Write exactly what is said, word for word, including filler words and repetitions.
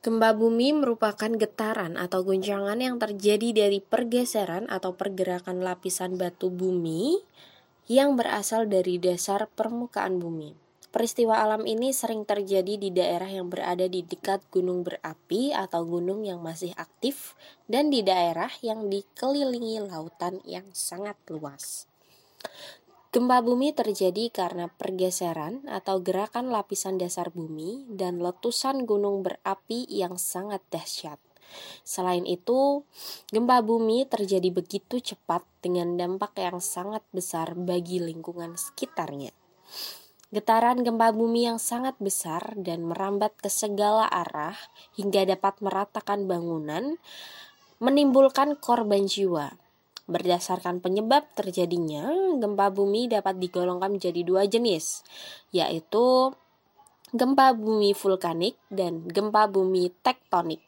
Gempa bumi merupakan getaran atau guncangan yang terjadi dari pergeseran atau pergerakan lapisan batu bumi yang berasal dari dasar permukaan bumi. Peristiwa alam ini sering terjadi di daerah yang berada di dekat gunung berapi atau gunung yang masih aktif dan di daerah yang dikelilingi lautan yang sangat luas. Gempa bumi terjadi karena pergeseran atau gerakan lapisan dasar bumi dan letusan gunung berapi yang sangat dahsyat. Selain itu, gempa bumi terjadi begitu cepat dengan dampak yang sangat besar bagi lingkungan sekitarnya. Getaran gempa bumi yang sangat besar dan merambat ke segala arah hingga dapat meratakan bangunan, menimbulkan korban jiwa. Berdasarkan penyebab terjadinya, gempa bumi dapat digolongkan menjadi dua jenis, yaitu gempa bumi vulkanik dan gempa bumi tektonik.